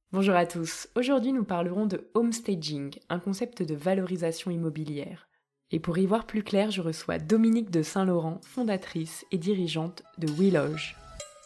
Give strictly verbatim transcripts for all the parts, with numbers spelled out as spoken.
Bonjour à tous, aujourd'hui nous parlerons de homestaging, un concept de valorisation immobilière. Et pour y voir plus clair, je reçois Dominique de Saint-Laurent, fondatrice et dirigeante de WeLoge.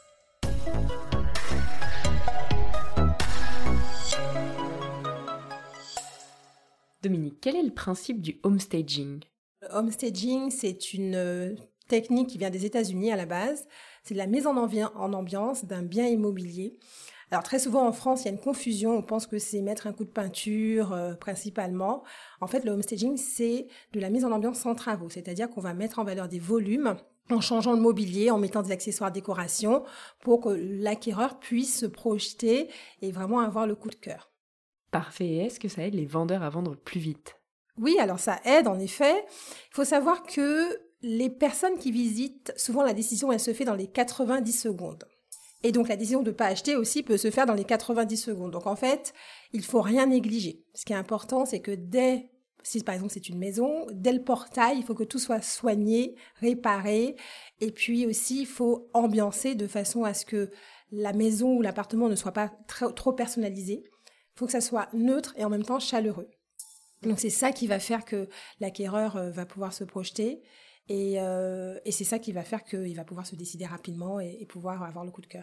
Dominique, quel est le principe du homestaging ? Le homestaging, c'est une euh, technique qui vient des États-Unis à la base. C'est de la mise en, ambi- en ambiance d'un bien immobilier. Alors très souvent en France, il y a une confusion. On pense que c'est mettre un coup de peinture euh, principalement. En fait, le homestaging, c'est de la mise en ambiance sans travaux. C'est-à-dire qu'on va mettre en valeur des volumes en changeant le mobilier, en mettant des accessoires décoration pour que l'acquéreur puisse se projeter et vraiment avoir le coup de cœur. Parfait, et est-ce que ça aide les vendeurs à vendre plus vite ? Oui, alors ça aide en effet. Il faut savoir que les personnes qui visitent, souvent la décision, elle se fait dans les quatre-vingt-dix secondes. Et donc la décision de ne pas acheter aussi peut se faire dans les quatre-vingt-dix secondes. Donc en fait, il faut rien négliger. Ce qui est important, c'est que dès, si par exemple c'est une maison, dès le portail, il faut que tout soit soigné, réparé. Et puis aussi, il faut ambiancer de façon à ce que la maison ou l'appartement ne soit pas très- trop personnalisé. Il faut que ça soit neutre et en même temps chaleureux. Donc c'est ça qui va faire que l'acquéreur euh, va pouvoir se projeter et, euh, et c'est ça qui va faire qu'il va pouvoir se décider rapidement et, et pouvoir avoir le coup de cœur.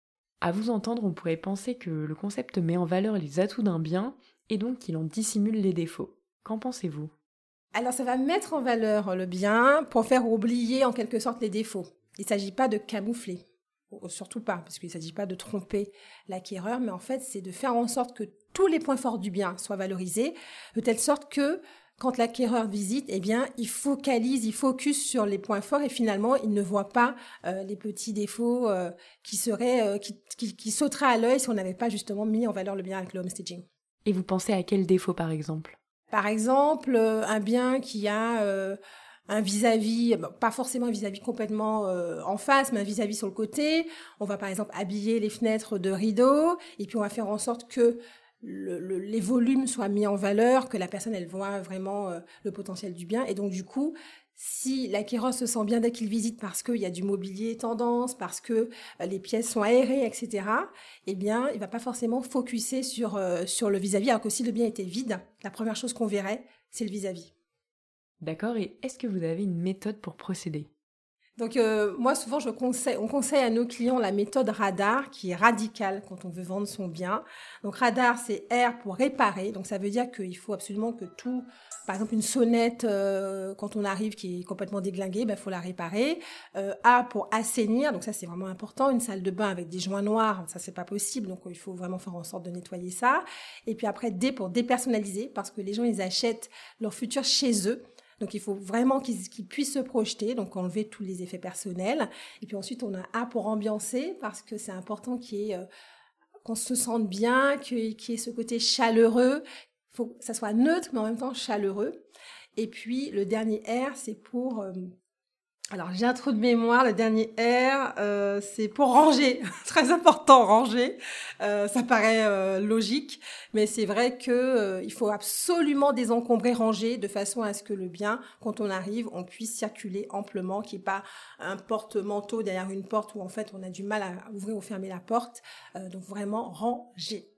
À vous entendre, on pourrait penser que le concept met en valeur les atouts d'un bien et donc qu'il en dissimule les défauts. Qu'en pensez-vous ? Alors ça va mettre en valeur le bien pour faire oublier en quelque sorte les défauts. Il ne s'agit pas de camoufler, ou- surtout pas, parce qu'il ne s'agit pas de tromper l'acquéreur, mais en fait c'est de faire en sorte que tous les points forts du bien soient valorisés, de telle sorte que quand l'acquéreur visite, eh bien, il focalise, il focus sur les points forts et finalement, il ne voit pas euh, les petits défauts euh, qui seraient, euh, qui, qui, qui sauteraient à l'œil si on n'avait pas justement mis en valeur le bien avec le homestaging. Et vous pensez à quel défaut par exemple ? Par exemple, euh, un bien qui a euh, un vis-à-vis, bon, pas forcément un vis-à-vis complètement euh, en face, mais un vis-à-vis sur le côté. On va par exemple habiller les fenêtres de rideaux et puis on va faire en sorte que le, le, les volumes soient mis en valeur, que la personne elle voit vraiment euh, le potentiel du bien. Et donc du coup, si l'acquéreur se sent bien dès qu'il visite parce qu'il y a du mobilier tendance, parce que euh, les pièces sont aérées, et cetera, eh bien, il va pas forcément focuser sur, euh, sur le vis-à-vis, alors que si le bien était vide, la première chose qu'on verrait, c'est le vis-à-vis. D'accord, et est-ce que vous avez une méthode pour procéder ? Donc euh, moi souvent je conseille, on conseille à nos clients la méthode radar qui est radicale quand on veut vendre son bien. Donc radar c'est R pour réparer, donc ça veut dire qu'il faut absolument que tout, par exemple une sonnette euh, quand on arrive qui est complètement déglinguée, ben faut la réparer. Euh, A pour assainir, donc ça c'est vraiment important. Une salle de bain avec des joints noirs, ça c'est pas possible, donc il faut vraiment faire en sorte de nettoyer ça. Et puis après D pour dépersonnaliser parce que les gens ils achètent leur futur chez eux. Donc, il faut vraiment qu'ils qu'ils puissent se projeter, donc enlever tous les effets personnels. Et puis ensuite, on a A pour ambiancer, parce que c'est important qu'il y ait, euh, qu'on se sente bien, qu'il y ait ce côté chaleureux. Il faut que ça soit neutre, mais en même temps chaleureux. Et puis, le dernier R, c'est pour... euh, alors, j'ai un trou de mémoire. Le dernier R, euh, c'est pour ranger. Très important, ranger. Euh, ça paraît euh, logique, mais c'est vrai que euh, il faut absolument désencombrer, ranger, de façon à ce que le bien, quand on arrive, on puisse circuler amplement, qu'il n'y ait pas un porte-manteau derrière une porte où en fait on a du mal à ouvrir ou fermer la porte. Euh, donc vraiment ranger.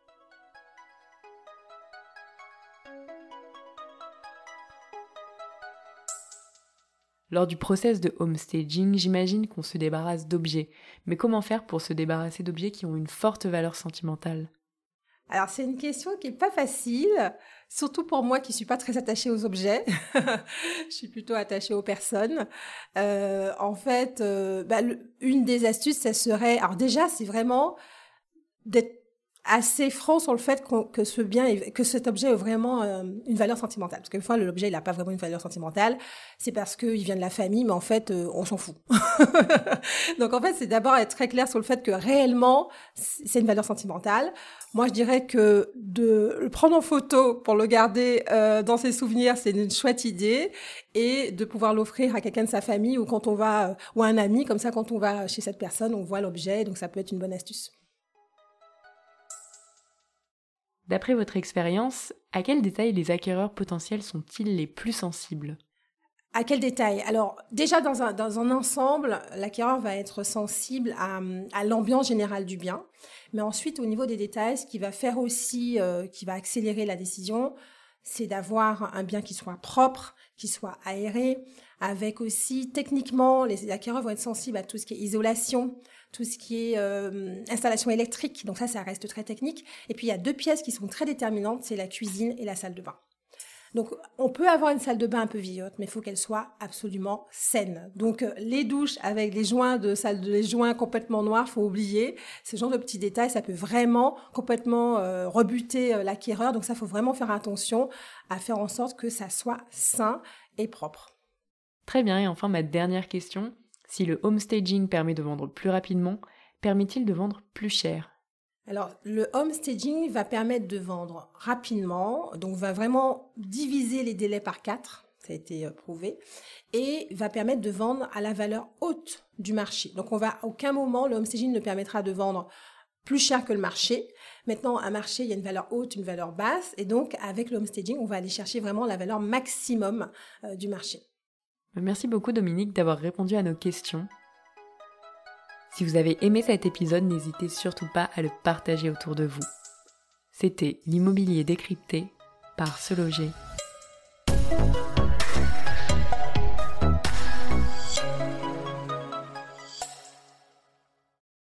Lors du process de homestaging, j'imagine qu'on se débarrasse d'objets. Mais comment faire pour se débarrasser d'objets qui ont une forte valeur sentimentale ? Alors c'est une question qui est pas facile, surtout pour moi qui suis pas très attachée aux objets. Je suis plutôt attachée aux personnes. Euh, en fait, euh, bah, le- une des astuces, ça serait, alors déjà, c'est vraiment d'être assez franc sur le fait qu'on- que ce bien, est- que cet objet a vraiment euh, une valeur sentimentale. Parce que des fois, l'objet, il n'a pas vraiment une valeur sentimentale. C'est parce qu'il vient de la famille, mais en fait, euh, on s'en fout. Donc en fait, c'est d'abord être très clair sur le fait que réellement, c'est une valeur sentimentale. Moi, je dirais que de le prendre en photo pour le garder euh, dans ses souvenirs, c'est une chouette idée. Et de pouvoir l'offrir à quelqu'un de sa famille ou quand on va, euh, ou à un ami, comme ça, quand on va chez cette personne, on voit l'objet. Donc ça peut être une bonne astuce. D'après votre expérience, à quels détails les acquéreurs potentiels sont-ils les plus sensibles ? À quel détail? Alors, déjà, dans un, dans un ensemble, l'acquéreur va être sensible à, à l'ambiance générale du bien. Mais ensuite, au niveau des détails, ce qui va faire aussi, euh, qui va accélérer la décision, c'est d'avoir un bien qui soit propre, qui soit aéré, avec aussi, techniquement, les acquéreurs vont être sensibles à tout ce qui est isolation, tout ce qui est euh, installation électrique. Donc ça, ça reste très technique. Et puis, il y a deux pièces qui sont très déterminantes, c'est la cuisine et la salle de bain. Donc, on peut avoir une salle de bain un peu vieillotte, mais il faut qu'elle soit absolument saine. Donc, euh, les douches avec les joints de salle de les joints complètement noirs, faut oublier. Ce genre de petits détails, ça peut vraiment complètement euh, rebuter euh, l'acquéreur. Donc, ça, faut vraiment faire attention à faire en sorte que ça soit sain et propre. Très bien. Et enfin, ma dernière question. Si le home staging permet de vendre plus rapidement, permet-il de vendre plus cher ? Alors, le home staging va permettre de vendre rapidement, donc va vraiment diviser les délais par quatre, ça a été prouvé, et va permettre de vendre à la valeur haute du marché. Donc, on va, à aucun moment, le home staging ne permettra de vendre plus cher que le marché. Maintenant, un marché, il y a une valeur haute, une valeur basse, et donc, avec le home staging, on va aller chercher vraiment la valeur maximum euh, du marché. Merci beaucoup, Dominique, d'avoir répondu à nos questions. Si vous avez aimé cet épisode, n'hésitez surtout pas à le partager autour de vous. C'était l'immobilier décrypté par Se Loger.